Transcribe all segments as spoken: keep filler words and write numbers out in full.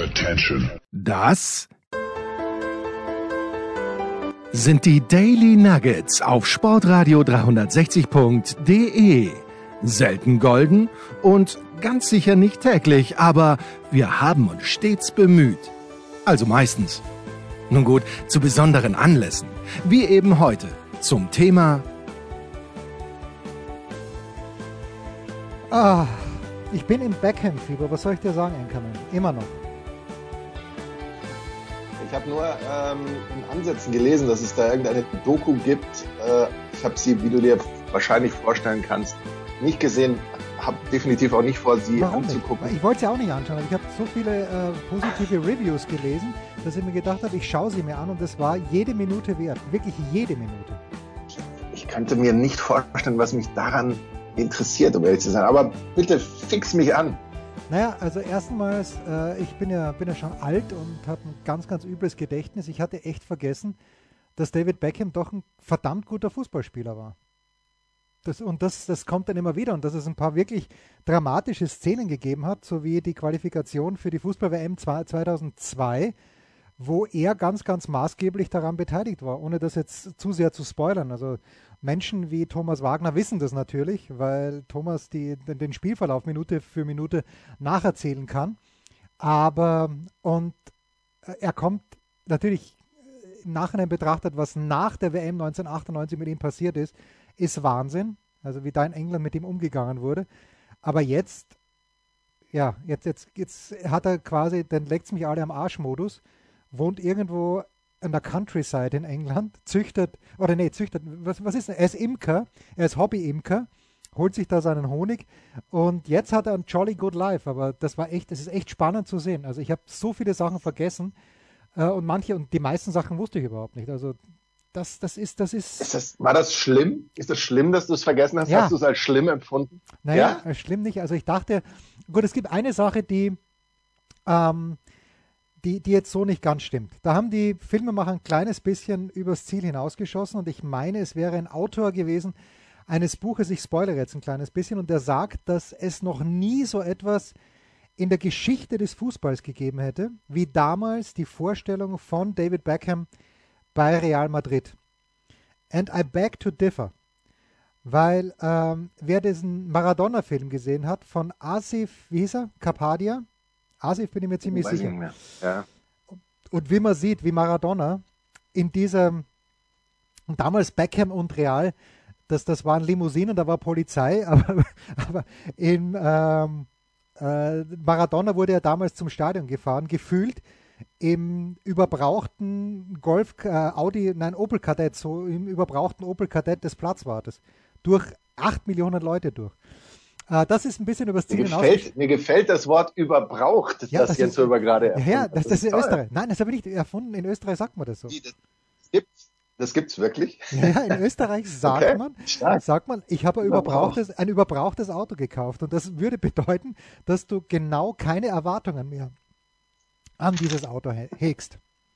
Attention. Das sind die Daily Nuggets auf Sportradio dreihundertsechzig Punkt de. Selten golden und ganz sicher nicht täglich, aber wir haben uns stets bemüht. Also meistens. Nun gut, zu besonderen Anlässen, wie eben heute zum Thema Ah, ich bin im Beckham-Fieber. Was soll ich dir sagen, Enkermann? Immer noch. Ich habe nur ähm, in Ansätzen gelesen, dass es da irgendeine Doku gibt. Äh, ich habe sie, wie du dir wahrscheinlich vorstellen kannst, nicht gesehen. Habe definitiv auch nicht vor, sie Warum anzugucken. Nicht? Ich wollte sie auch nicht anschauen, aber ich habe so viele äh, positive Reviews gelesen, dass ich mir gedacht habe, ich schaue sie mir an und das war jede Minute wert. Wirklich jede Minute. Ich könnte mir nicht vorstellen, was mich daran interessiert, um ehrlich zu sein. Aber bitte fix mich an. Naja, also erstmals, äh, ich bin ja, bin ja schon alt und habe ein ganz, ganz übles Gedächtnis. Ich hatte echt vergessen, dass David Beckham doch ein verdammt guter Fußballspieler war. Das, und das, das kommt dann immer wieder. Und dass es ein paar wirklich dramatische Szenen gegeben hat, so wie die Qualifikation für die Fußball-W M zweitausendzwei, wo er ganz, ganz maßgeblich daran beteiligt war, ohne das jetzt zu sehr zu spoilern. Also Menschen wie Thomas Wagner wissen das natürlich, weil Thomas die, den Spielverlauf Minute für Minute nacherzählen kann. Aber, und er kommt natürlich im Nachhinein betrachtet, was nach der W M neunzehnhundertachtundneunzig mit ihm passiert ist, ist Wahnsinn. Also wie da in England mit ihm umgegangen wurde. Aber jetzt, ja, jetzt, jetzt, jetzt hat er quasi den leckt's mich alle am Arsch-Modus, wohnt irgendwo an der Countryside in England, züchtet, oder nee, züchtet, was, was ist denn? Er ist Imker, er ist Hobby-Imker, holt sich da seinen Honig und jetzt hat er ein Jolly Good Life, aber das war echt, das ist echt spannend zu sehen. Also ich habe so viele Sachen vergessen äh, und manche, und die meisten Sachen wusste ich überhaupt nicht. Also das, das ist, das ist... ist das, war das schlimm? Ist das schlimm, dass du es vergessen hast? Ja. Hast du es als schlimm empfunden? Naja, ja? schlimm nicht. Also ich dachte, gut, es gibt eine Sache, die ähm, Die, die jetzt so nicht ganz stimmt. Da haben die Filmemacher ein kleines bisschen übers Ziel hinausgeschossen und ich meine, es wäre ein Autor gewesen eines Buches, ich spoilere jetzt ein kleines bisschen, und der sagt, dass es noch nie so etwas in der Geschichte des Fußballs gegeben hätte, wie damals die Vorstellung von David Beckham bei Real Madrid. And I beg to differ. Weil ähm, wer diesen Maradona-Film gesehen hat von Asif, wie hieß er? Kapadia? Asif bin ich mir ziemlich Weiß ich sicher. nicht mehr. Ja. Und wie man sieht, wie Maradona in diesem, damals Beckham und Real, das, das waren Limousinen, da war Polizei, aber, aber in ähm, äh, Maradona wurde ja damals zum Stadion gefahren, gefühlt im überbrauchten Golf, äh, Audi, nein, Opel Kadett, so im überbrauchten Opel Kadett des Platzwartes, durch acht Millionen Leute durch. Das ist ein bisschen übers Ziel mir hinaus. Gefällt, mir gefällt das Wort überbraucht, ja, das, das Jens Röber gerade erfunden. Ja, das, das, das ist in toll. Österreich. Nein, das habe ich nicht erfunden. In Österreich sagt man das so. Das gibt's, das gibt's wirklich? Ja, in Österreich sagt okay. man, Stark. sagt man, ich habe ein überbrauchtes, ein überbrauchtes Auto gekauft. Und das würde bedeuten, dass du genau keine Erwartungen mehr an dieses Auto hegst.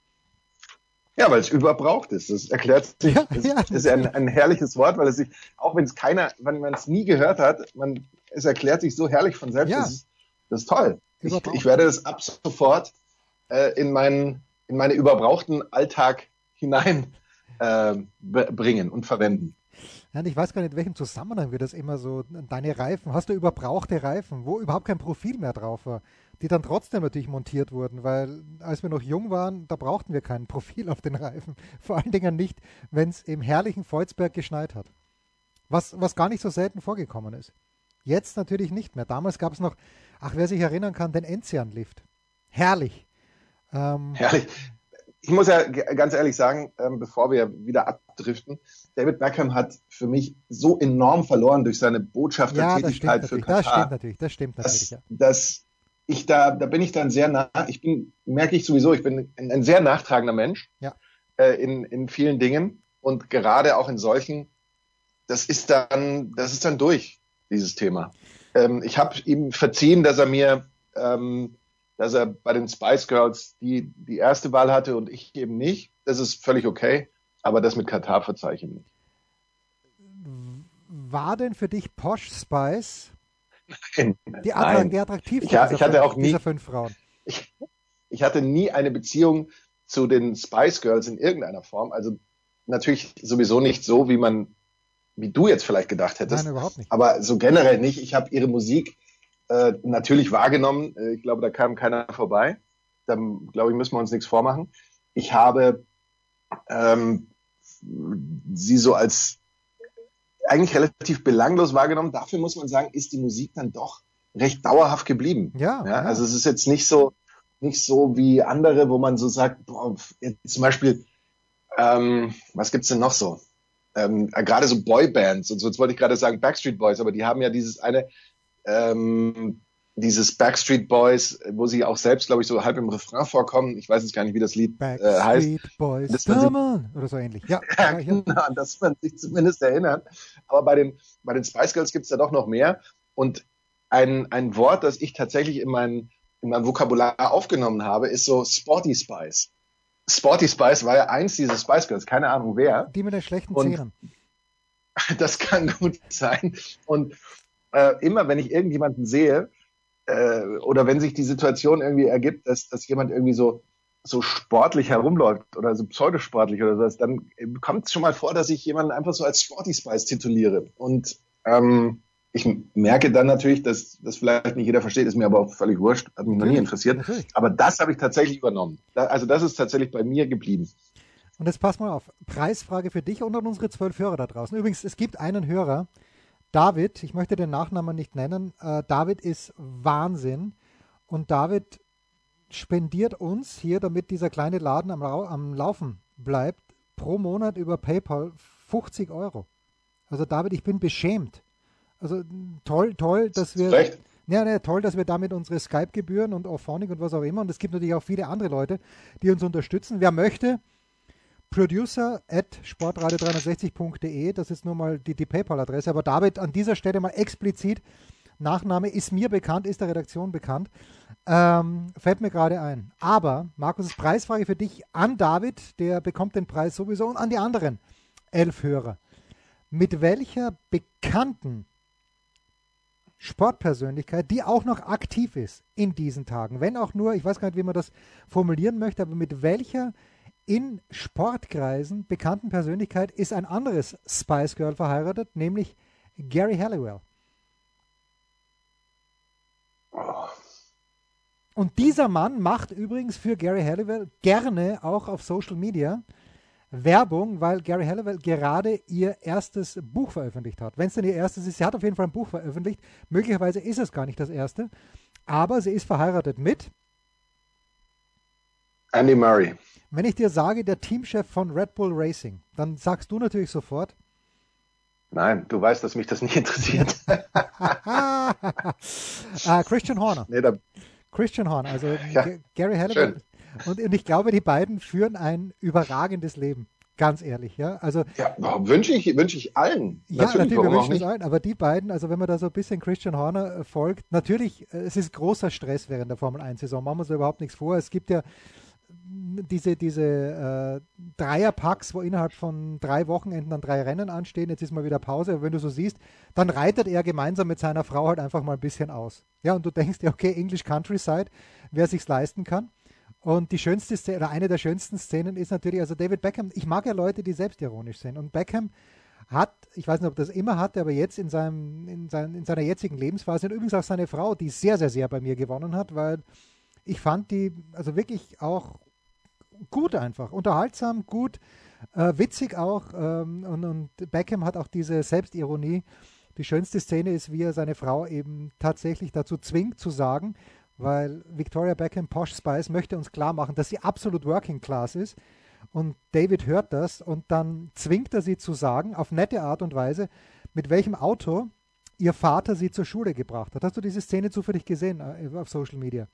Ja, weil es überbraucht ist. Das erklärt sich. Ja, das ja. ist ein, ein herrliches Wort, weil es sich, auch wenn es keiner, wenn man es nie gehört hat, man, es erklärt sich so herrlich von selbst. Ja. Das, ist, das ist toll. Ich, ich werde das ab sofort äh, in meinen, in meine überbrauchten Alltag hinein äh, bringen und verwenden. Ja, und ich weiß gar nicht, in welchem Zusammenhang wir das immer so, deine Reifen, hast du überbrauchte Reifen, wo überhaupt kein Profil mehr drauf war, die dann trotzdem natürlich montiert wurden, weil als wir noch jung waren, da brauchten wir kein Profil auf den Reifen. Vor allen Dingen nicht, wenn es im herrlichen Volzberg geschneit hat. Was, was gar nicht so selten vorgekommen ist. Jetzt natürlich nicht mehr. Damals gab es noch, ach, wer sich erinnern kann, den Enzian-Lift. Herrlich. Ähm, Herrlich. Ich muss ja g- ganz ehrlich sagen, ähm, bevor wir wieder abdriften, David Beckham hat für mich so enorm verloren durch seine ja, das stimmt Botschaftertätigkeit für natürlich. Katar. Das stimmt natürlich. Das stimmt natürlich, dass, ja. dass ich da, da bin ich dann sehr nah, ich bin, merke ich sowieso, ich bin ein, ein sehr nachtragender Mensch Ja. äh, in, in vielen Dingen und gerade auch in solchen, das ist dann, das ist dann durch, dieses Thema. Ähm, ich habe ihm verziehen, dass er mir, ähm, dass er bei den Spice Girls die, die erste Wahl hatte und ich eben nicht. Das ist völlig okay, aber das mit Katar verzeihe ich ihm nicht. War denn für dich Posh Spice Nein, die, attra- nein. die attraktivste Ich, ha- dieser, ich hatte fünf, auch nie, dieser fünf Frauen? Ich, ich hatte nie eine Beziehung zu den Spice Girls in irgendeiner Form. Also natürlich sowieso nicht so, wie man, wie du jetzt vielleicht gedacht hättest. Nein, überhaupt nicht. Aber so generell nicht. Ich habe ihre Musik äh, natürlich wahrgenommen. Ich glaube, da kam keiner vorbei. Da, glaube ich, müssen wir uns nichts vormachen. Ich habe ähm, sie so als eigentlich relativ belanglos wahrgenommen. Dafür muss man sagen, ist die Musik dann doch recht dauerhaft geblieben. Ja, ja, ja. Also es ist jetzt nicht so, nicht so wie andere, wo man so sagt, boah, jetzt zum Beispiel, ähm, was gibt's denn noch so? Ähm, äh, gerade so Boybands und so, jetzt wollte ich gerade sagen Backstreet Boys, aber die haben ja dieses eine, ähm, dieses Backstreet Boys, wo sie auch selbst, glaube ich, so halb im Refrain vorkommen. Ich weiß jetzt gar nicht, wie das Lied äh, heißt. Backstreet Boys, Das man come on, oder so ähnlich. Ja, Ja, ja, ja. genau, an das man sich zumindest erinnert. Aber bei den, bei den Spice Girls gibt es da doch noch mehr. Und ein, ein Wort, das ich tatsächlich in mein, in mein Vokabular aufgenommen habe, ist so Sporty Spice. Sporty Spice war ja eins dieser Spice Girls, keine Ahnung wer. Die mit den schlechten Und Zähnen. das kann gut sein. Und äh, immer, wenn ich irgendjemanden sehe, äh, oder wenn sich die Situation irgendwie ergibt, dass, dass jemand irgendwie so so sportlich herumläuft oder so pseudosportlich oder sowas, dann kommt es schon mal vor, dass ich jemanden einfach so als Sporty Spice tituliere. Und ähm, ich merke dann natürlich, dass das vielleicht nicht jeder versteht, ist mir aber auch völlig wurscht, hat mich noch nie interessiert. Natürlich. Aber das habe ich tatsächlich übernommen. Da, also das ist tatsächlich bei mir geblieben. Und jetzt pass mal auf. Preisfrage für dich und an unsere zwölf Hörer da draußen. Übrigens, es gibt einen Hörer, David, ich möchte den Nachnamen nicht nennen, äh, David ist Wahnsinn. Und David spendiert uns hier, damit dieser kleine Laden am, am Laufen bleibt, pro Monat über PayPal fünfzig Euro. Also David, ich bin beschämt. Also toll, toll, dass wir... Recht? Ja, ja, toll, dass wir damit unsere Skype-Gebühren und Auphonic und was auch immer, und es gibt natürlich auch viele andere Leute, die uns unterstützen. Wer möchte, producer at sportradio dreihundertsechzig punkt de, das ist nur mal die, die PayPal-Adresse, aber David, an dieser Stelle mal explizit, Nachname ist mir bekannt, ist der Redaktion bekannt, ähm, fällt mir gerade ein. Aber, Markus, ist Preisfrage für dich an David, der bekommt den Preis sowieso, und an die anderen elf Hörer. Mit welcher bekannten Sportpersönlichkeit, die auch noch aktiv ist in diesen Tagen, wenn auch nur, ich weiß gar nicht, wie man das formulieren möchte, aber mit welcher in Sportkreisen bekannten Persönlichkeit ist ein anderes Spice Girl verheiratet, nämlich Gary Halliwell. Oh. Und dieser Mann macht übrigens für Gary Halliwell gerne auch auf Social Media Werbung, weil Gary Halliwell gerade ihr erstes Buch veröffentlicht hat. Wenn es denn ihr erstes ist, sie hat auf jeden Fall ein Buch veröffentlicht. Möglicherweise ist es gar nicht das erste, aber sie ist verheiratet mit Andy Murray. Wenn ich dir sage, der Teamchef von Red Bull Racing, dann sagst du natürlich sofort. Nein, du weißt, dass mich das nicht interessiert. uh, Christian Horner. Nee, da, Christian Horner, also ja, G- Gary Halliwell. Und, und ich glaube, die beiden führen ein überragendes Leben. Ganz ehrlich, ja. Also, ja, wünsche ich, wünsche ich allen. Ja, natürlich, wir warum auch wünschen es nicht? allen, aber die beiden, also wenn man da so ein bisschen Christian Horner äh, folgt, natürlich, äh, es ist großer Stress während der Formel eins Saison, machen wir uns da überhaupt nichts vor. Es gibt ja diese, diese äh, Dreierpacks, wo innerhalb von drei Wochenenden dann drei Rennen anstehen, jetzt ist mal wieder Pause, aber wenn du so siehst, dann reitet er gemeinsam mit seiner Frau halt einfach mal ein bisschen aus. Ja, und du denkst dir, okay, English Countryside, wer sich's leisten kann. Und die schönste Szene, oder eine der schönsten Szenen ist natürlich, also David Beckham, ich mag ja Leute, die selbstironisch sind. Und Beckham hat, ich weiß nicht, ob das immer hatte, aber jetzt in, seinem, in, sein, in seiner jetzigen Lebensphase, und übrigens auch seine Frau, die sehr, sehr, sehr bei mir gewonnen hat, weil ich fand die, also wirklich auch gut einfach, unterhaltsam, gut, äh, witzig auch. Ähm, und, und Beckham hat auch diese Selbstironie. Die schönste Szene ist, wie er seine Frau eben tatsächlich dazu zwingt zu sagen, weil Victoria Beckham, Posh Spice, möchte uns klar machen, dass sie absolut Working Class ist. Und David hört das und dann zwingt er sie zu sagen, auf nette Art und Weise, mit welchem Auto ihr Vater sie zur Schule gebracht hat. Hast du diese Szene zufällig gesehen äh, auf Social Media?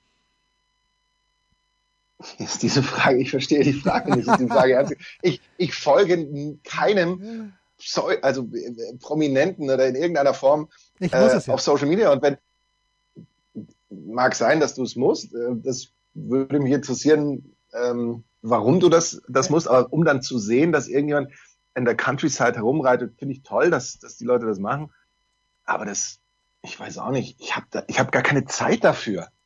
Ist diese Frage, ich verstehe die Frage nicht. Ist die Frage ernst? ich, ich folge keinem Pseu- also äh, Prominenten oder in irgendeiner Form Ich muss äh, es ja. auf Social Media. Und wenn mag sein, dass du es musst, äh, das würde mich interessieren, ähm, warum du das, das musst, aber um dann zu sehen, dass irgendjemand in der Countryside herumreitet, finde ich toll, dass, dass die Leute das machen. Aber das, ich weiß auch nicht, ich habe da, ich habe gar keine Zeit dafür.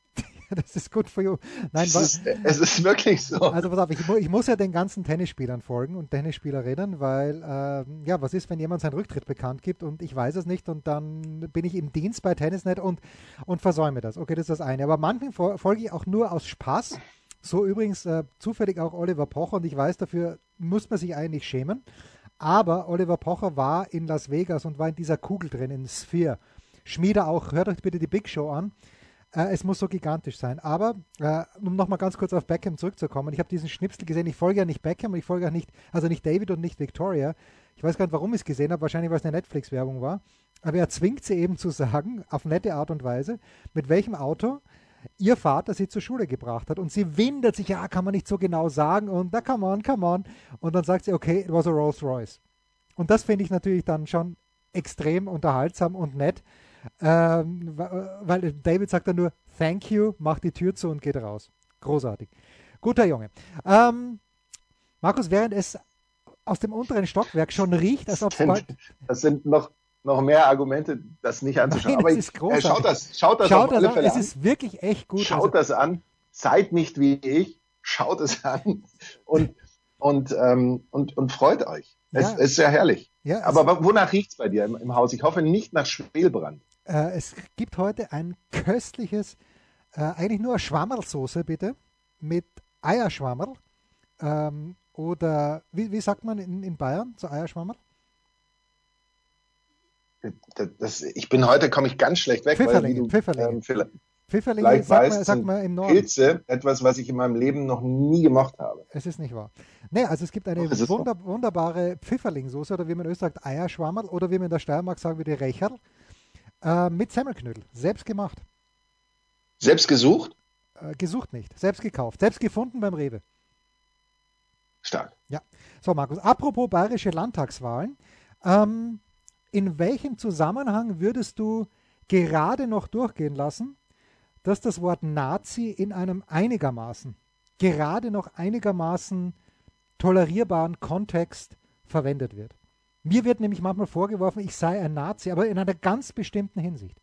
Das ist good for you. Nein, es, weil, ist, es ist wirklich so. Also pass auf, ich, mu- ich muss ja den ganzen Tennisspielern folgen und Tennisspielerinnen, weil, ähm, ja, was ist, wenn jemand seinen Rücktritt bekannt gibt und ich weiß es nicht und dann bin ich im Dienst bei Tennisnet und, und versäume das. Okay, das ist das eine. Aber manchen fol- folge ich auch nur aus Spaß. So übrigens äh, zufällig auch Oliver Pocher und ich weiß, dafür muss man sich eigentlich schämen. Aber Oliver Pocher war in Las Vegas und war in dieser Kugel drin, in Sphere. Schmiede auch, hört euch bitte die Big Show an. Äh, es muss so gigantisch sein. Aber, äh, um nochmal ganz kurz auf Beckham zurückzukommen, ich habe diesen Schnipsel gesehen, ich folge ja nicht Beckham und ich folge auch nicht, also nicht David und nicht Victoria. Ich weiß gar nicht, warum ich es gesehen habe, wahrscheinlich, weil es eine Netflix-Werbung war. Aber er zwingt sie eben zu sagen, auf nette Art und Weise, mit welchem Auto ihr Vater sie zur Schule gebracht hat. Und sie wundert sich, ja, kann man nicht so genau sagen. Und da, come on, come on. Und dann sagt sie, okay, it was a Rolls Royce. Und das finde ich natürlich dann schon extrem unterhaltsam und nett. Ähm, weil David sagt dann nur Thank you, macht die Tür zu und geht raus. Großartig. Guter Junge. Ähm, Markus, während es aus dem unteren Stockwerk schon riecht, als ob es bald... Das sind noch, noch mehr Argumente, das nicht anzuschauen. Nein, Aber es ich, ist großartig. äh, schaut das, schaut das Schaut auf das alle an. Fälle Es an. ist wirklich echt gut. Schaut also, das an. Seid nicht wie ich. Schaut es an und, und, ähm, und, und freut euch. Es, Ja. es ist sehr herrlich. Ja, es- Aber wonach riecht es bei dir im, im Haus? Ich hoffe nicht nach Schwelbrand. Äh, es gibt heute ein köstliches, äh, eigentlich nur Schwammerlsoße, bitte, mit Eierschwammerl. Ähm, oder, wie, wie sagt man in, in Bayern zu Eierschwammerl? Das, das, ich bin heute, komme ich ganz schlecht weg, weil Pfifferlinge, wie du, Pfifferlinge. ähm, vielleicht, Pfifferlinge, vielleicht sagt weißt, man, sagt sind man im Norden. Pilze etwas, was ich in meinem Leben noch nie gemocht habe. Es ist nicht wahr. Nee, also es gibt eine Doch, es ist wunder, wunderbare Pfifferlingssoße, oder wie man in Österreich sagt, Eierschwammerl, oder wie man in der Steiermark sagen würde, Recherl, äh, mit Semmelknödel, selbst gemacht. Selbst gesucht? Äh, gesucht nicht, selbst gekauft, selbst gefunden beim Rewe. Stark. Ja. So, Markus, apropos bayerische Landtagswahlen, ähm, in welchem Zusammenhang würdest du gerade noch durchgehen lassen, dass das Wort Nazi in einem einigermaßen, gerade noch einigermaßen tolerierbaren Kontext verwendet wird? Mir wird nämlich manchmal vorgeworfen, ich sei ein Nazi, aber in einer ganz bestimmten Hinsicht.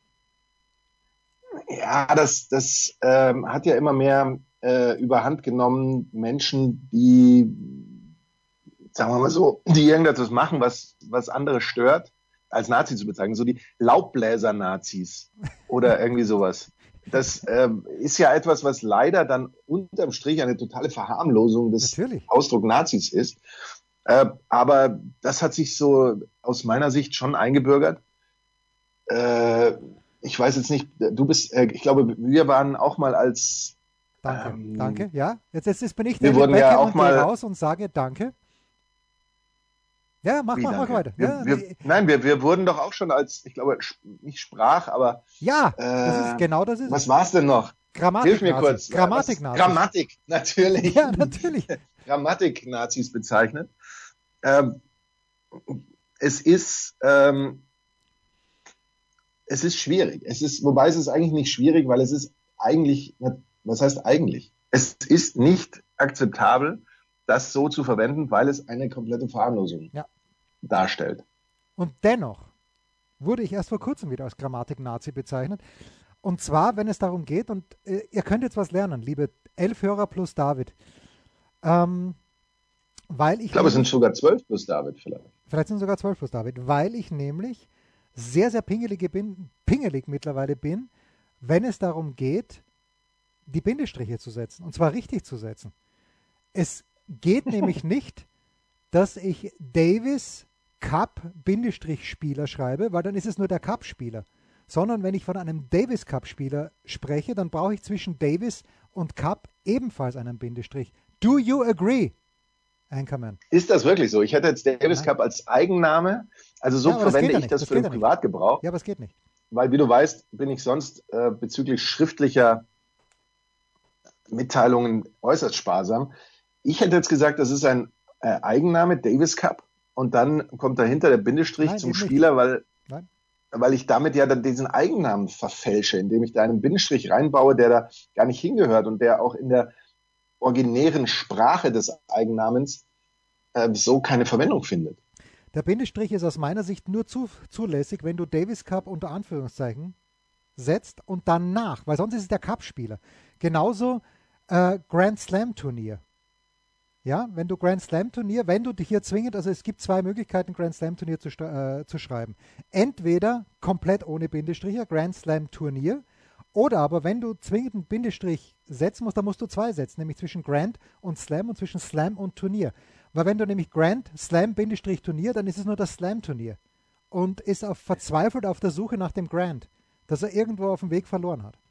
Ja, das, das ähm, hat ja immer mehr äh, überhand genommen. Menschen, die, sagen wir mal so, die irgendetwas machen, was, was andere stört, als Nazi zu bezeichnen. So die Laubbläser-Nazis oder irgendwie sowas. Das ähm, ist ja etwas, was leider dann unterm Strich eine totale Verharmlosung des Natürlich. Ausdruck Nazis ist. Äh, aber das hat sich so aus meiner Sicht schon eingebürgert. Äh, ich weiß jetzt nicht, du bist, äh, ich glaube, wir waren auch mal als... Danke, ähm, danke, ja. Jetzt, jetzt, jetzt bin ich wir David wurden ja Beckham auch und gehe mal- raus und sage Danke. Ja, mach, Wie, mach, mach danke? weiter. Wir, Ja, wir, nee, nein, wir, wir wurden doch auch schon als, ich glaube, sch- nicht Sprach, aber ja, das äh, ist genau das ist was war es denn noch? Grammatik. Hilf mir kurz. Grammatik Was- Grammatik, natürlich. Ja, natürlich. Grammatik-Nazis bezeichnet. Ähm, es ist, ähm, es ist schwierig. Es ist, wobei es ist eigentlich nicht schwierig, weil es ist eigentlich, was heißt eigentlich? Es ist nicht akzeptabel, das so zu verwenden, weil es eine komplette Verharmlosung Ja. darstellt. Und dennoch wurde ich erst vor kurzem wieder als Grammatik-Nazi bezeichnet. Und zwar, wenn es darum geht, und äh, ihr könnt jetzt was lernen, liebe elf Hörer plus David. Ähm, weil ich, Ich glaube, es sind nämlich- sogar zwölf plus David vielleicht. vielleicht sind es sogar zwölf plus David, weil ich nämlich sehr, sehr pingelig bin, pingelig mittlerweile bin, wenn es darum geht, die Bindestriche zu setzen. Und zwar richtig zu setzen. Es geht nämlich nicht, dass ich Davis Cup Bindestrich Spieler schreibe, weil dann ist es nur der Cup Spieler. Sondern wenn ich von einem Davis Cup Spieler spreche, dann brauche ich zwischen Davis und Cup ebenfalls einen Bindestrich. Do you agree, Anchorman? Ist das wirklich so? Ich hätte jetzt Davis Nein. Cup als Eigenname, also so Ja, aber das verwende geht ja ich nicht. das, Das für geht den ja nicht. Privatgebrauch, Ja, aber es geht nicht. weil wie du weißt, bin ich sonst äh, bezüglich schriftlicher Mitteilungen äußerst sparsam. Ich hätte jetzt gesagt, das ist ein äh, Eigenname, Davis Cup, und dann kommt dahinter der Bindestrich Nein, zum eben nicht. Spieler, weil, Nein. weil ich damit ja dann diesen Eigennamen verfälsche, indem ich da einen Bindestrich reinbaue, der da gar nicht hingehört und der auch in der originären Sprache des Eigennamens äh, so keine Verwendung findet. Der Bindestrich ist aus meiner Sicht nur zu, zulässig, wenn du Davis Cup unter Anführungszeichen setzt und danach, weil sonst ist es der Cup-Spieler. Genauso äh, Grand Slam Turnier. Ja, wenn du Grand Slam Turnier, wenn du dich hier zwingend, also es gibt zwei Möglichkeiten, Grand Slam Turnier zu, äh, zu schreiben. Entweder komplett ohne Bindestriche, Grand Slam Turnier, oder aber wenn du zwingend einen Bindestrich setzen musst, dann musst du zwei setzen, nämlich zwischen Grand und Slam und zwischen Slam und Turnier. Weil wenn du nämlich Grand Slam Bindestrich Turnier, dann ist es nur das Slam Turnier und ist auf, verzweifelt auf der Suche nach dem Grand, das er irgendwo auf dem Weg verloren hat.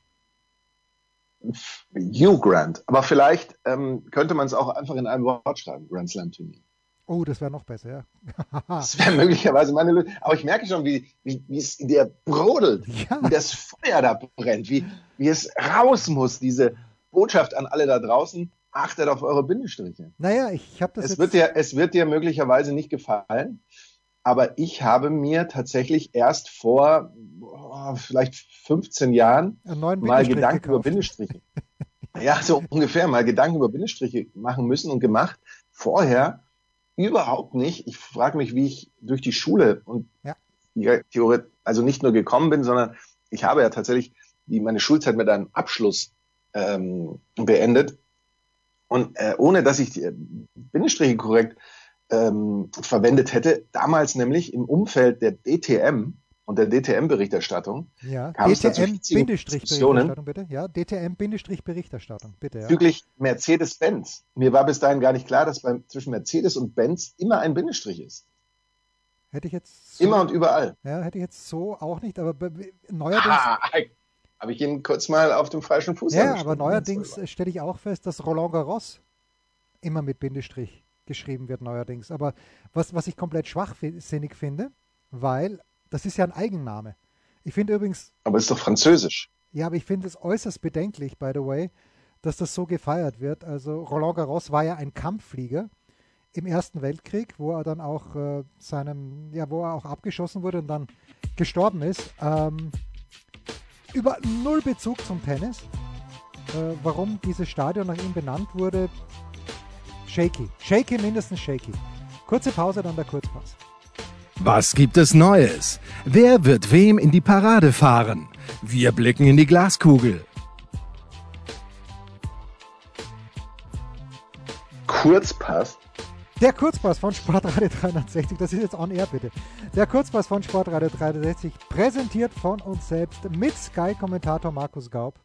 Hugh Grant. Aber vielleicht ähm, könnte man es auch einfach in einem Wort schreiben, Grand Slam Turnier. Oh, das wäre noch besser, ja. Das wäre möglicherweise meine Lösung. Aber ich merke schon, wie, wie, wie es in dir brodelt, ja. wie das Feuer da brennt, wie, wie es raus muss, diese Botschaft an alle da draußen. Achtet auf eure Bindestriche. Naja, ich habe das es jetzt... Wird dir, es wird dir möglicherweise nicht gefallen, aber ich habe mir tatsächlich erst vor oh, vielleicht fünfzehn Jahren mal Gedanken gekauft. über Bindestriche. Ja, so ungefähr mal Gedanken über Bindestriche machen müssen und gemacht. Vorher überhaupt nicht. Ich frage mich, wie ich durch die Schule und ja. die Theorie, also nicht nur gekommen bin, sondern ich habe ja tatsächlich die, meine Schulzeit mit einem Abschluss ähm, beendet. Und äh, ohne, dass ich die Bindestriche korrekt ähm, verwendet hätte, damals nämlich im Umfeld der D T M und der D T M-Berichterstattung, ja. kam es dazu Berichterstattung, bitte. Ja, D T M-Berichterstattung, bitte. Ja. Bezüglich Mercedes-Benz. Mir war bis dahin gar nicht klar, dass beim, zwischen Mercedes und Benz immer ein Bindestrich ist. Hätte ich jetzt so, immer und überall. Ja, hätte ich jetzt so auch nicht, aber neuerdings... Ah, habe ich ihn kurz mal auf dem falschen Fuß Ja, aber neuerdings stelle ich auch fest, dass Roland Garros immer mit Bindestrich geschrieben wird neuerdings. Aber was, was ich komplett schwachsinnig finde, weil das ist ja ein Eigenname. Ich finde übrigens... Aber es ist doch französisch. Ja, aber ich finde es äußerst bedenklich, by the way, dass das so gefeiert wird. Also Roland Garros war ja ein Kampfflieger im Ersten Weltkrieg, wo er dann auch äh, seinem, ja, wo er auch abgeschossen wurde und dann gestorben ist. Ähm, über null Bezug zum Tennis. Äh, warum dieses Stadion nach ihm benannt wurde, shaky. Shaky, mindestens shaky. Kurze Pause, dann der Kurzpass. Was gibt es Neues? Wer wird wem in die Parade fahren? Wir blicken in die Glaskugel. Kurzpass? Der Kurzpass von Sportradio dreihundertsechzig, das ist jetzt on air bitte. Der Kurzpass von Sportradio dreihundertsechzig, präsentiert von uns selbst mit Sky-Kommentator Markus Gaub.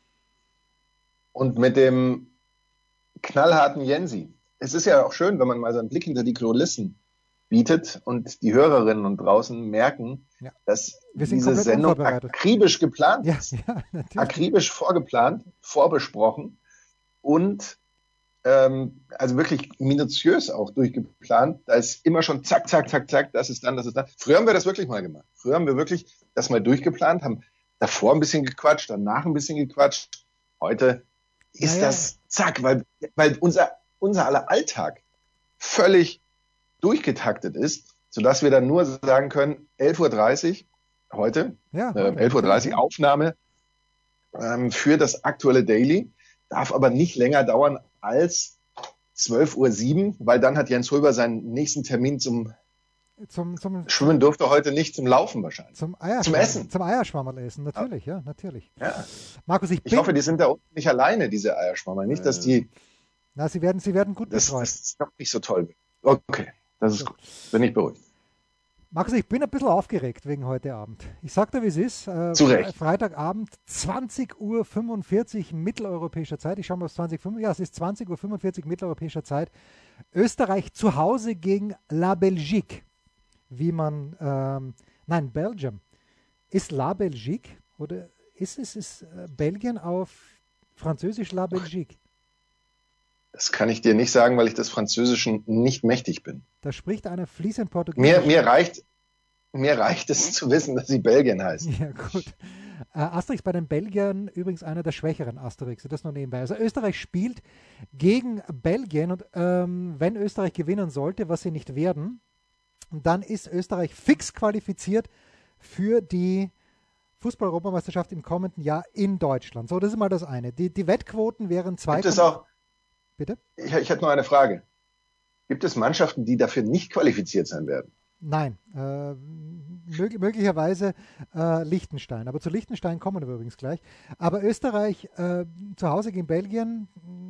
Und mit dem knallharten Jensi. Es ist ja auch schön, wenn man mal so einen Blick hinter die Kulissen bietet und die Hörerinnen und draußen merken, ja. dass diese Sendung akribisch geplant ja, ist. Ja, akribisch vorgeplant, vorbesprochen und ähm, also wirklich minutiös auch durchgeplant. Da ist immer schon zack, zack, zack, zack, das ist dann, das ist dann. Früher haben wir das wirklich mal gemacht. Früher haben wir wirklich das mal durchgeplant, haben davor ein bisschen gequatscht, danach ein bisschen gequatscht. Heute ist ja, das zack, weil, weil unser, unser aller Alltag völlig durchgetaktet ist, sodass wir dann nur sagen können, elf Uhr dreißig heute, ja, äh, elf Uhr dreißig Aufnahme ähm, für das aktuelle Daily, darf aber nicht länger dauern als zwölf Uhr sieben, weil dann hat Jens Hulber seinen nächsten Termin zum, zum, zum Schwimmen durfte heute nicht, zum Laufen wahrscheinlich. Zum, zum Essen. Zum Eierschwammerl essen, natürlich, ja, ja natürlich. Ja. Markus, ich, ich hoffe, die sind da unten nicht alleine, diese Eierschwammerl. Nicht, dass die... Na, sie werden, sie werden gut das, betreut. Das ist noch nicht so toll. Okay, das ist gut. Bin ich beruhigt. Markus, ich bin ein bisschen aufgeregt wegen heute Abend. Ich sag dir, wie es ist. Äh, Zu Recht. Freitagabend, zwanzig Uhr fünfundvierzig mitteleuropäischer Zeit. Ich schaue mal auf zwanzig Uhr fünfundvierzig. Ja, es ist zwanzig Uhr fünfundvierzig mitteleuropäischer Zeit. Österreich zu Hause gegen La Belgique. Wie man, ähm, nein, Belgium. Ist La Belgique oder ist es ist Belgien auf Französisch La Belgique? Das kann ich dir nicht sagen, weil ich des Französischen nicht mächtig bin. Da spricht einer fließend Portugiesisch. Mir, mir, reicht, mir reicht es zu wissen, dass sie Belgien heißt. Ja, gut. Äh, Asterix bei den Belgiern übrigens einer der schwächeren Asterix, das nur nebenbei. Also Österreich spielt gegen Belgien und ähm, wenn Österreich gewinnen sollte, was sie nicht werden, dann ist Österreich fix qualifiziert für die Fußball-Europameisterschaft im kommenden Jahr in Deutschland. So, das ist mal das eine. Die, die Wettquoten wären zwei. Gibt es auch, Bitte? Ich, ich hätte noch eine Frage. Gibt es Mannschaften, die dafür nicht qualifiziert sein werden? Nein. Äh, mög möglicherweise äh, Liechtenstein. Aber zu Liechtenstein kommen wir übrigens gleich. Aber Österreich äh, zu Hause gegen Belgien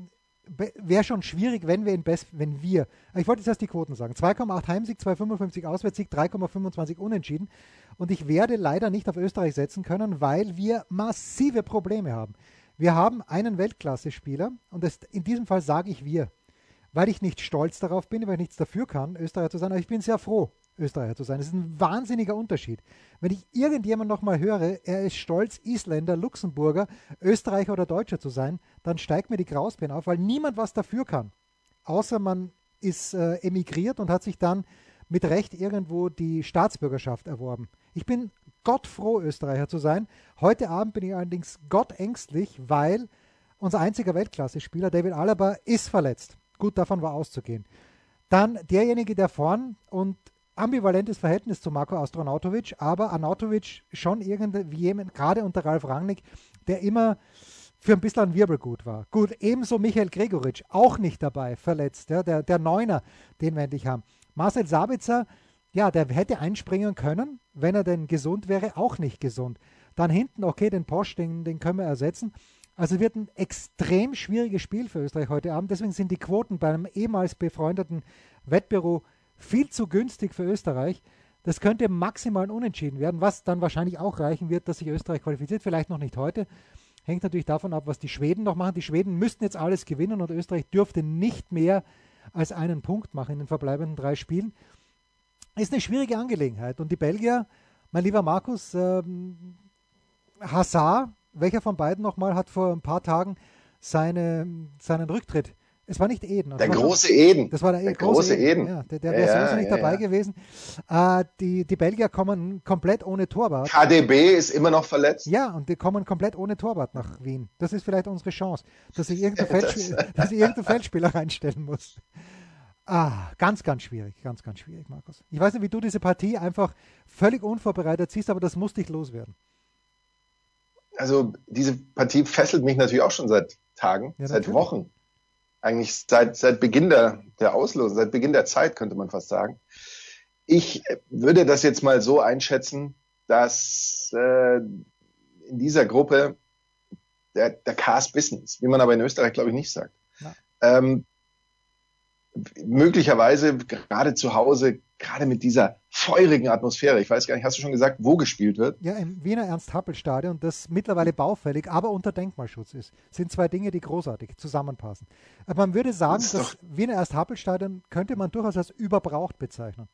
wäre schon schwierig, wenn wir in Best, wenn wir, ich wollte jetzt erst die Quoten sagen, zwei Komma acht Heimsieg, zwei Komma fünfundfünfzig Auswärtssieg, drei Komma fünfundzwanzig Unentschieden und ich werde leider nicht auf Österreich setzen können, weil wir massive Probleme haben. Wir haben einen Weltklasse-Spieler und das, in diesem Fall sage ich wir, weil ich nicht stolz darauf bin, weil ich nichts dafür kann, Österreicher zu sein, aber ich bin sehr froh, Österreicher zu sein. Das ist ein wahnsinniger Unterschied. Wenn ich irgendjemand nochmal höre, er ist stolz, Isländer, Luxemburger, Österreicher oder Deutscher zu sein, dann steigt mir die Grausbeeren auf, weil niemand was dafür kann. Außer man ist äh, emigriert und hat sich dann mit Recht irgendwo die Staatsbürgerschaft erworben. Ich bin gottfroh, Österreicher zu sein. Heute Abend bin ich allerdings gottängstlich, weil unser einziger Weltklasse-Spieler, David Alaba, ist verletzt. Gut, davon war auszugehen. Dann derjenige, der vorn und ambivalentes Verhältnis zu Marko Astronautovic, aber Arnautovic schon irgendwie jemand, gerade unter Ralf Rangnick, der immer für ein bisschen ein Wirbelgut war. Gut, ebenso Michael Gregoritsch, auch nicht dabei, verletzt, ja, der, der Neuner, den wir endlich haben. Marcel Sabitzer, ja, der hätte einspringen können, wenn er denn gesund wäre, auch nicht gesund. Dann hinten, okay, den Posch, den, den können wir ersetzen. Also wird ein extrem schwieriges Spiel für Österreich heute Abend. Deswegen sind die Quoten bei einem ehemals befreundeten Wettbüro viel zu günstig für Österreich. Das könnte maximal ein Unentschieden werden, was dann wahrscheinlich auch reichen wird, dass sich Österreich qualifiziert. Vielleicht noch nicht heute. Hängt natürlich davon ab, was die Schweden noch machen. Die Schweden müssten jetzt alles gewinnen und Österreich dürfte nicht mehr als einen Punkt machen in den verbleibenden drei Spielen. Ist eine schwierige Angelegenheit. Und die Belgier, mein lieber Markus, ähm, Hazard, welcher von beiden nochmal, hat vor ein paar Tagen seine, seinen Rücktritt. Es war nicht Eden. Der große Eden. Das war der, der große, große Eden. Eden. Ja, der der wäre ja, sowieso nicht ja, dabei ja. gewesen. Äh, die, die Belgier kommen komplett ohne Torwart. K D B ist immer noch verletzt. Ja, und die kommen komplett ohne Torwart nach Wien. Das ist vielleicht unsere Chance, dass ich irgendein, Feldspiel, dass ich irgendein Feldspieler reinstellen muss. Ah, ganz, ganz schwierig. Ganz, ganz schwierig, Markus. Ich weiß nicht, wie du diese Partie einfach völlig unvorbereitet siehst, aber das musste ich loswerden. Also diese Partie fesselt mich natürlich auch schon seit Tagen, ja, seit Wochen. Eigentlich seit, seit Beginn der, der Auslosung, seit Beginn der Zeit, könnte man fast sagen. Ich würde das jetzt mal so einschätzen, dass äh, in dieser Gruppe der, der Cast Business, wie man aber in Österreich, glaube ich, nicht sagt. Ähm, möglicherweise gerade zu Hause, gerade mit dieser feurigen Atmosphäre, ich weiß gar nicht, hast du schon gesagt, wo gespielt wird? Ja, im Wiener Ernst-Happel-Stadion, das mittlerweile baufällig, aber unter Denkmalschutz ist. Sind zwei Dinge, die großartig zusammenpassen. Aber man würde sagen, das, das Wiener Ernst-Happel-Stadion könnte man durchaus als überbraucht bezeichnen.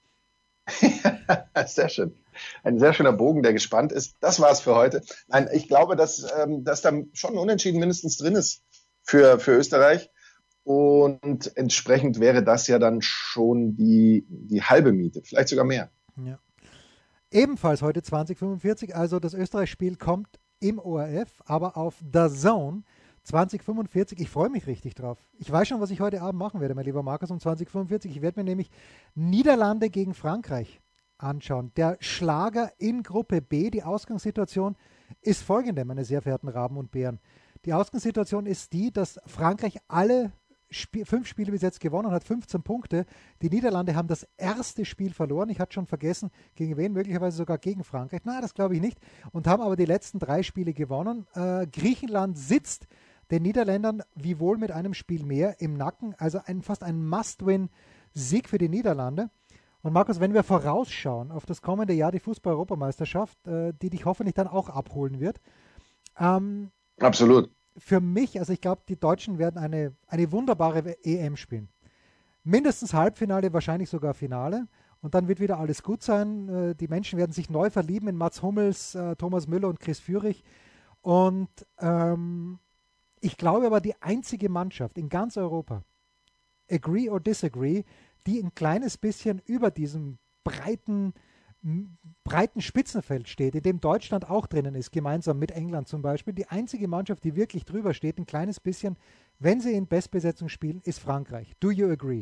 Sehr schön. Ein sehr schöner Bogen, der gespannt ist. Das war's für heute. Nein, ich glaube, dass, ähm, dass da schon ein Unentschieden mindestens drin ist für, für Österreich. Und entsprechend wäre das ja dann schon die, die halbe Miete, vielleicht sogar mehr. Ja. Ebenfalls heute zwanzig fünfundvierzig, also das Österreich-Spiel kommt im O R F, aber auf D A Z N zwanzig fünfundvierzig. Ich freue mich richtig drauf. Ich weiß schon, was ich heute Abend machen werde, mein lieber Markus, um zwanzig fünfundvierzig. Ich werde mir nämlich Niederlande gegen Frankreich anschauen. Der Schlager in Gruppe B, die Ausgangssituation ist folgende, meine sehr verehrten Raben und Bären. Die Ausgangssituation ist die, dass Frankreich alle Sp- fünf Spiele bis jetzt gewonnen hat, fünfzehn Punkte. Die Niederlande haben das erste Spiel verloren. Ich hatte schon vergessen, gegen wen, möglicherweise sogar gegen Frankreich. Na, das glaube ich nicht. Und haben aber die letzten drei Spiele gewonnen. Äh, Griechenland sitzt den Niederländern wie wohl mit einem Spiel mehr im Nacken. Also ein, fast ein Must-Win-Sieg für die Niederlande. Und Markus, wenn wir vorausschauen auf das kommende Jahr, die Fußball-Europameisterschaft, äh, die dich hoffentlich dann auch abholen wird. Ähm, Absolut. Für mich, also ich glaube, die Deutschen werden eine, eine wunderbare E M spielen. Mindestens Halbfinale, wahrscheinlich sogar Finale. Und dann wird wieder alles gut sein. Die Menschen werden sich neu verlieben in Mats Hummels, Thomas Müller und Chris Führig. Und ähm, ich glaube aber, die einzige Mannschaft in ganz Europa, agree or disagree, die ein kleines bisschen über diesem breiten breiten Spitzenfeld steht, in dem Deutschland auch drinnen ist, gemeinsam mit England zum Beispiel. Die einzige Mannschaft, die wirklich drüber steht, ein kleines bisschen, wenn sie in Bestbesetzung spielen, ist Frankreich. Do you agree?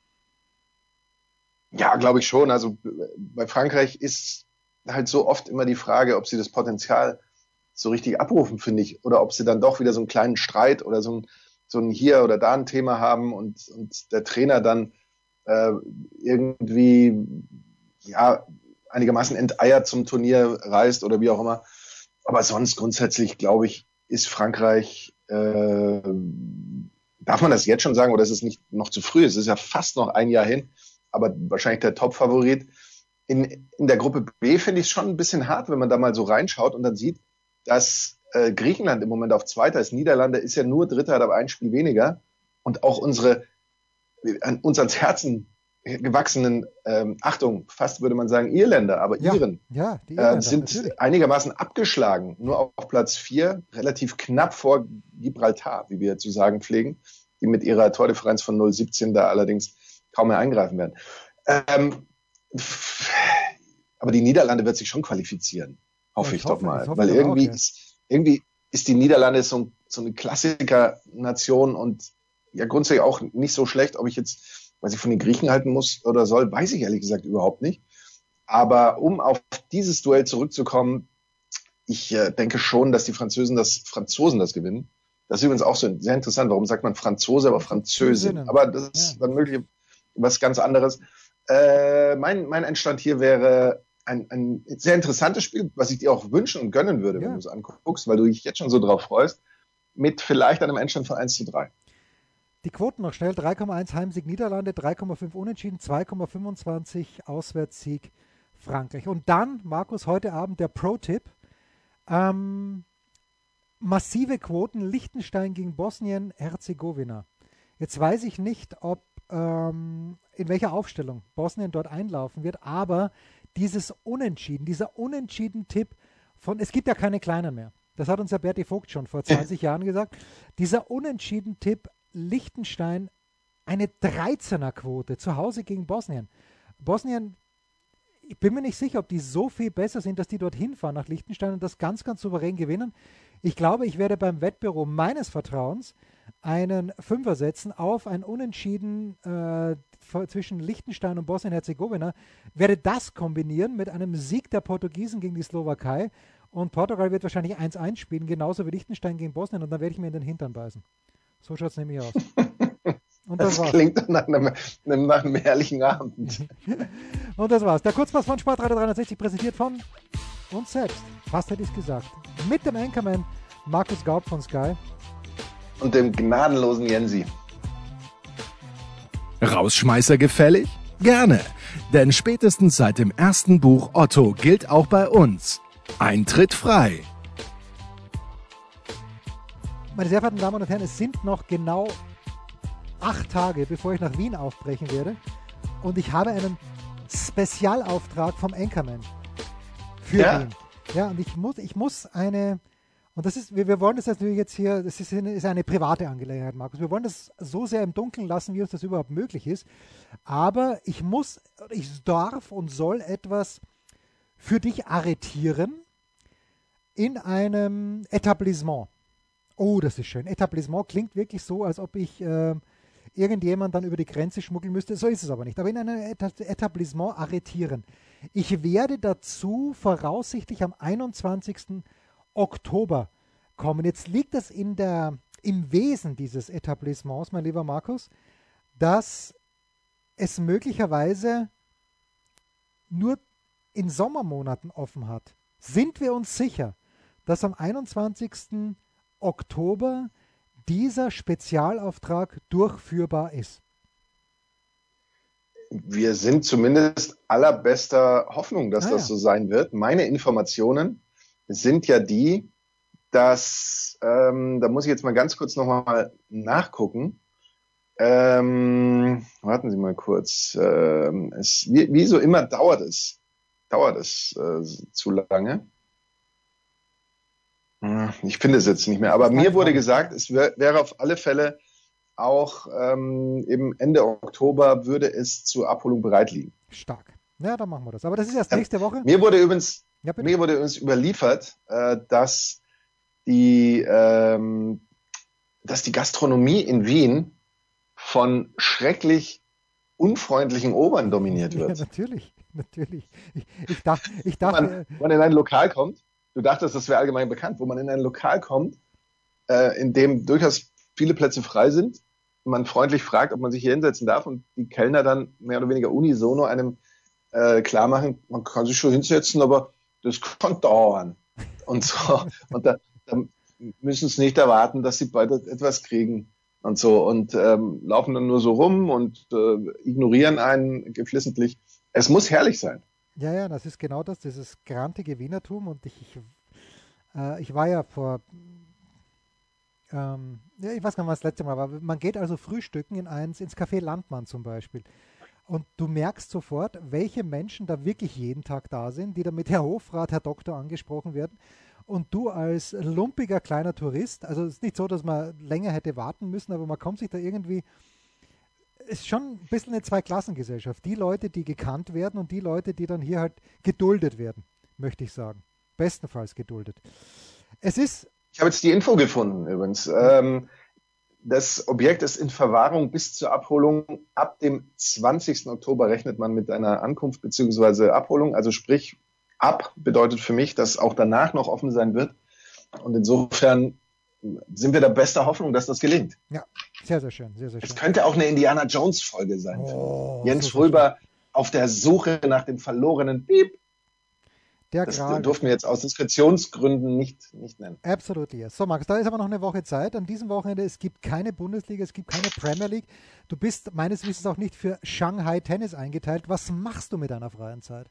Ja, glaube ich schon. Also bei Frankreich ist halt so oft immer die Frage, ob sie das Potenzial so richtig abrufen, finde ich, oder ob sie dann doch wieder so einen kleinen Streit oder so ein, so ein hier oder da ein Thema haben und, und der Trainer dann äh, irgendwie, ja, einigermaßen enteiert zum Turnier reist oder wie auch immer. Aber sonst grundsätzlich, glaube ich, ist Frankreich, äh, darf man das jetzt schon sagen oder ist es nicht noch zu früh? Es ist ja fast noch ein Jahr hin, aber wahrscheinlich der Top-Favorit. In, in der Gruppe B finde ich es schon ein bisschen hart, wenn man da mal so reinschaut und dann sieht, dass äh, Griechenland im Moment auf Zweiter ist. Niederlande ist ja nur Dritter, hat aber ein Spiel weniger. Und auch unsere, an uns ans Herzen gewachsenen, ähm, Achtung, fast würde man sagen Irländer, aber Ja, Iren, ja, die Irländer, äh, sind natürlich. einigermaßen abgeschlagen. Nur auf Platz vier, relativ knapp vor Gibraltar, wie wir zu sagen pflegen, die mit ihrer Tordifferenz von null Komma siebzehn da allerdings kaum mehr eingreifen werden. Ähm, aber die Niederlande wird sich schon qualifizieren, hoffe Ja, ich, ich doch hoffe, mal. ich hoffe Weil doch irgendwie, auch, ja. ist, irgendwie ist die Niederlande so, so eine Klassiker-Nation und ja grundsätzlich auch nicht so schlecht. Ob ich jetzt, was ich von den Griechen halten muss oder soll, weiß ich ehrlich gesagt überhaupt nicht. Aber um auf dieses Duell zurückzukommen, ich äh, denke schon, dass die Franzosen das, Franzosen das gewinnen. Das ist übrigens auch so sehr interessant. Warum sagt man Franzose, aber Französin? Französinnen. Aber das ist Ja. dann möglich was ganz anderes. Äh, mein, mein Endstand hier wäre ein, ein sehr interessantes Spiel, was ich dir auch wünschen und gönnen würde, Ja. wenn du es anguckst, weil du dich jetzt schon so drauf freust, mit vielleicht einem Endstand von eins zu drei. Die Quoten noch schnell: drei Komma eins Heimsieg Niederlande, drei Komma fünf Unentschieden, zwei Komma fünfundzwanzig Auswärtssieg Frankreich. Und dann, Markus, heute Abend der Pro-Tipp. Ähm, massive Quoten: Liechtenstein gegen Bosnien-Herzegowina. Jetzt weiß ich nicht, ob ähm, in welcher Aufstellung Bosnien dort einlaufen wird, aber dieses Unentschieden, dieser Unentschieden-Tipp von, es gibt ja keine Kleinen mehr. Das hat uns ja Berti Vogt schon vor zwanzig Jahren gesagt. Dieser Unentschieden-Tipp Liechtenstein, eine dreizehner-Quote zu Hause gegen Bosnien. Bosnien, ich bin mir nicht sicher, ob die so viel besser sind, dass die dorthin fahren nach Liechtenstein und das ganz, ganz souverän gewinnen. Ich glaube, ich werde beim Wettbüro meines Vertrauens einen Fünfer setzen auf ein Unentschieden äh, zwischen Liechtenstein und Bosnien-Herzegowina, werde das kombinieren mit einem Sieg der Portugiesen gegen die Slowakei und Portugal wird wahrscheinlich eins eins spielen, genauso wie Liechtenstein gegen Bosnien und dann werde ich mir in den Hintern beißen. So schaut es nämlich aus. Und das, Das war's. klingt nach einem, nach einem herrlichen Abend. Und das war's. Der Kurzpass von Sportradio dreihundertsechzig präsentiert von uns selbst. Fast hätte ich es gesagt. Mit dem Anchorman Markus Gaub von Sky. Und dem gnadenlosen Jensi. Rausschmeißer gefällig? Gerne, denn spätestens seit dem ersten Buch Otto gilt auch bei uns: Eintritt frei. Meine sehr verehrten Damen und Herren, es sind noch genau acht Tage, bevor ich nach Wien aufbrechen werde. Und ich habe einen Spezialauftrag vom Anchorman für Ja. Wien. Ja, und ich muss, ich muss eine, und das ist, wir, wir wollen das natürlich jetzt hier, das ist eine, ist eine private Angelegenheit, Markus. Wir wollen das so sehr im Dunkeln lassen, wie uns das überhaupt möglich ist. Aber ich muss, ich darf und soll etwas für dich arretieren in einem Etablissement. Oh, das ist schön. Etablissement klingt wirklich so, als ob ich äh, irgendjemand dann über die Grenze schmuggeln müsste. So ist es aber nicht. Aber in einem Eta- Etablissement arretieren. Ich werde dazu voraussichtlich am einundzwanzigsten Oktober kommen. Jetzt liegt das in der, im Wesen dieses Etablissements, mein lieber Markus, dass es möglicherweise nur in Sommermonaten offen hat. Sind wir uns sicher, dass am einundzwanzigsten Oktober dieser Spezialauftrag durchführbar ist? Wir sind zumindest allerbester Hoffnung, dass Ah, das ja. so sein wird. Meine Informationen sind ja die, dass, ähm, da muss ich jetzt mal ganz kurz nochmal nachgucken. Ähm, warten Sie mal kurz. Ähm, es, wie, wie so immer dauert es, dauert es äh, zu lange. Hm, Ich finde es jetzt nicht mehr. Aber Keine mir wurde Frage. gesagt, es wär, wäre auf alle Fälle auch ähm, im Ende Oktober würde es zur Abholung bereit liegen. Stark. Ja, dann machen wir das. Aber das ist erst Ähm, nächste Woche. Mir wurde übrigens, Ja, bitte. mir wurde übrigens überliefert, äh, dass die, ähm, dass die Gastronomie in Wien von schrecklich unfreundlichen Obern dominiert Ja, wird. natürlich. Natürlich. Ich, ich dachte, ich Wo dachte man, wo man in ein Lokal kommt, du dachtest, das wäre allgemein bekannt, wo man in ein Lokal kommt, äh, in dem durchaus viele Plätze frei sind, man freundlich fragt, ob man sich hier hinsetzen darf und die Kellner dann mehr oder weniger unisono einem äh, klar machen, man kann sich schon hinsetzen, aber das kann dauern. Und so. Und da, da müssen sie nicht erwarten, dass sie bald etwas kriegen und so. Und ähm, laufen dann nur so rum und äh, ignorieren einen geflissentlich. Es muss herrlich sein. Ja, ja, das ist genau das, dieses grantige Wienertum. Und ich, ich, äh, ich war ja vor, ähm, ja, ich weiß gar nicht, was das letzte Mal war. Man geht also frühstücken in eins, ins Café Landmann zum Beispiel. Und du merkst sofort, welche Menschen da wirklich jeden Tag da sind, die da mit Herr Hofrat, Herr Doktor angesprochen werden. Und du als lumpiger kleiner Tourist, also es ist nicht so, dass man länger hätte warten müssen, aber man kommt sich da irgendwie, es ist schon ein bisschen eine Zweiklassengesellschaft. Die Leute, die gekannt werden und die Leute, die dann hier halt geduldet werden, möchte ich sagen. Bestenfalls geduldet. Es ist... Ich habe jetzt die Info gefunden übrigens. Ähm, das Objekt ist in Verwahrung bis zur Abholung. Ab dem zwanzigsten Oktober rechnet man mit einer Ankunft bzw. Abholung. Also sprich, ab bedeutet für mich, dass auch danach noch offen sein wird. Und insofern sind wir der bester Hoffnung, dass das gelingt. Ja, sehr, sehr schön. Sehr, sehr schön. Es könnte auch eine Indiana Jones Folge sein. Oh, Jens so Fröber auf der Suche nach dem verlorenen Piep. Der Das Gral. durften wir jetzt aus Diskretionsgründen nicht, nicht nennen. Absolut, yes. So, Max, da ist aber noch eine Woche Zeit. An diesem Wochenende, es gibt keine Bundesliga, es gibt keine Premier League. Du bist meines Wissens auch nicht für Shanghai Tennis eingeteilt. Was machst du mit deiner freien Zeit?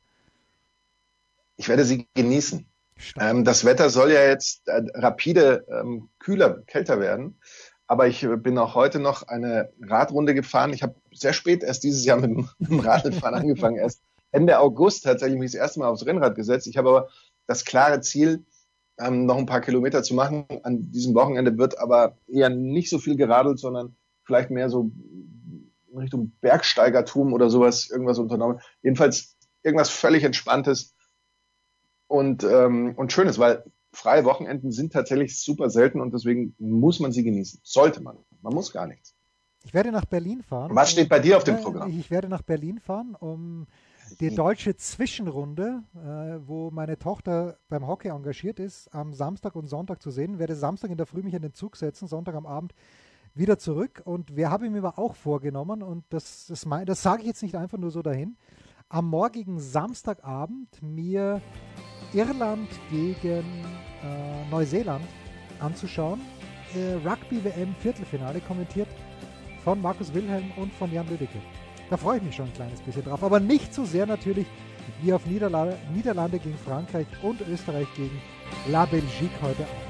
Ich werde sie genießen. Ähm, das Wetter soll ja jetzt äh, rapide ähm, kühler, kälter werden. Aber ich äh, bin auch heute noch eine Radrunde gefahren. Ich habe sehr spät erst dieses Jahr mit dem, mit dem Radfahren angefangen. Erst Ende August tatsächlich mich das erste Mal aufs Rennrad gesetzt. Ich habe aber das klare Ziel, ähm, noch ein paar Kilometer zu machen. An diesem Wochenende wird aber eher nicht so viel geradelt, sondern vielleicht mehr so in Richtung Bergsteigertum oder sowas, irgendwas unternommen. Jedenfalls irgendwas völlig Entspanntes und, ähm, und Schönes, weil freie Wochenenden sind tatsächlich super selten und deswegen muss man sie genießen. Sollte man. Man muss gar nichts. Ich werde nach Berlin fahren. Was steht bei dir auf dem Programm? Ich werde nach Berlin fahren, um die deutsche Zwischenrunde, äh, wo meine Tochter beim Hockey engagiert ist, am Samstag und Sonntag zu sehen. Ich werde Samstag in der Früh mich in den Zug setzen, Sonntag am Abend wieder zurück. Und wir haben mir aber auch vorgenommen, und das, das, das sage ich jetzt nicht einfach nur so dahin, am morgigen Samstagabend mir Irland gegen äh, Neuseeland anzuschauen. Äh, Rugby-W M Viertelfinale kommentiert von Markus Wilhelm und von Jan Lüdecke. Da freue ich mich schon ein kleines bisschen drauf, aber nicht so sehr natürlich wie auf Niederlande, Niederlande gegen Frankreich und Österreich gegen La Belgique heute Abend.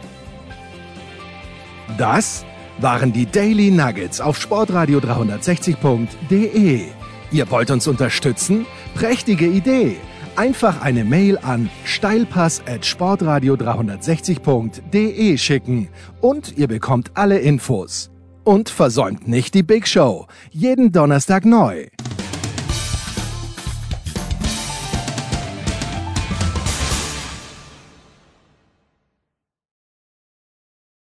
Das waren die Daily Nuggets auf sportradio dreihundertsechzig punkt de. Ihr wollt uns unterstützen? Prächtige Idee! Einfach eine Mail an steilpass at sportradio dreihundertsechzig punkt de schicken und ihr bekommt alle Infos. Und versäumt nicht die Big Show. Jeden Donnerstag neu.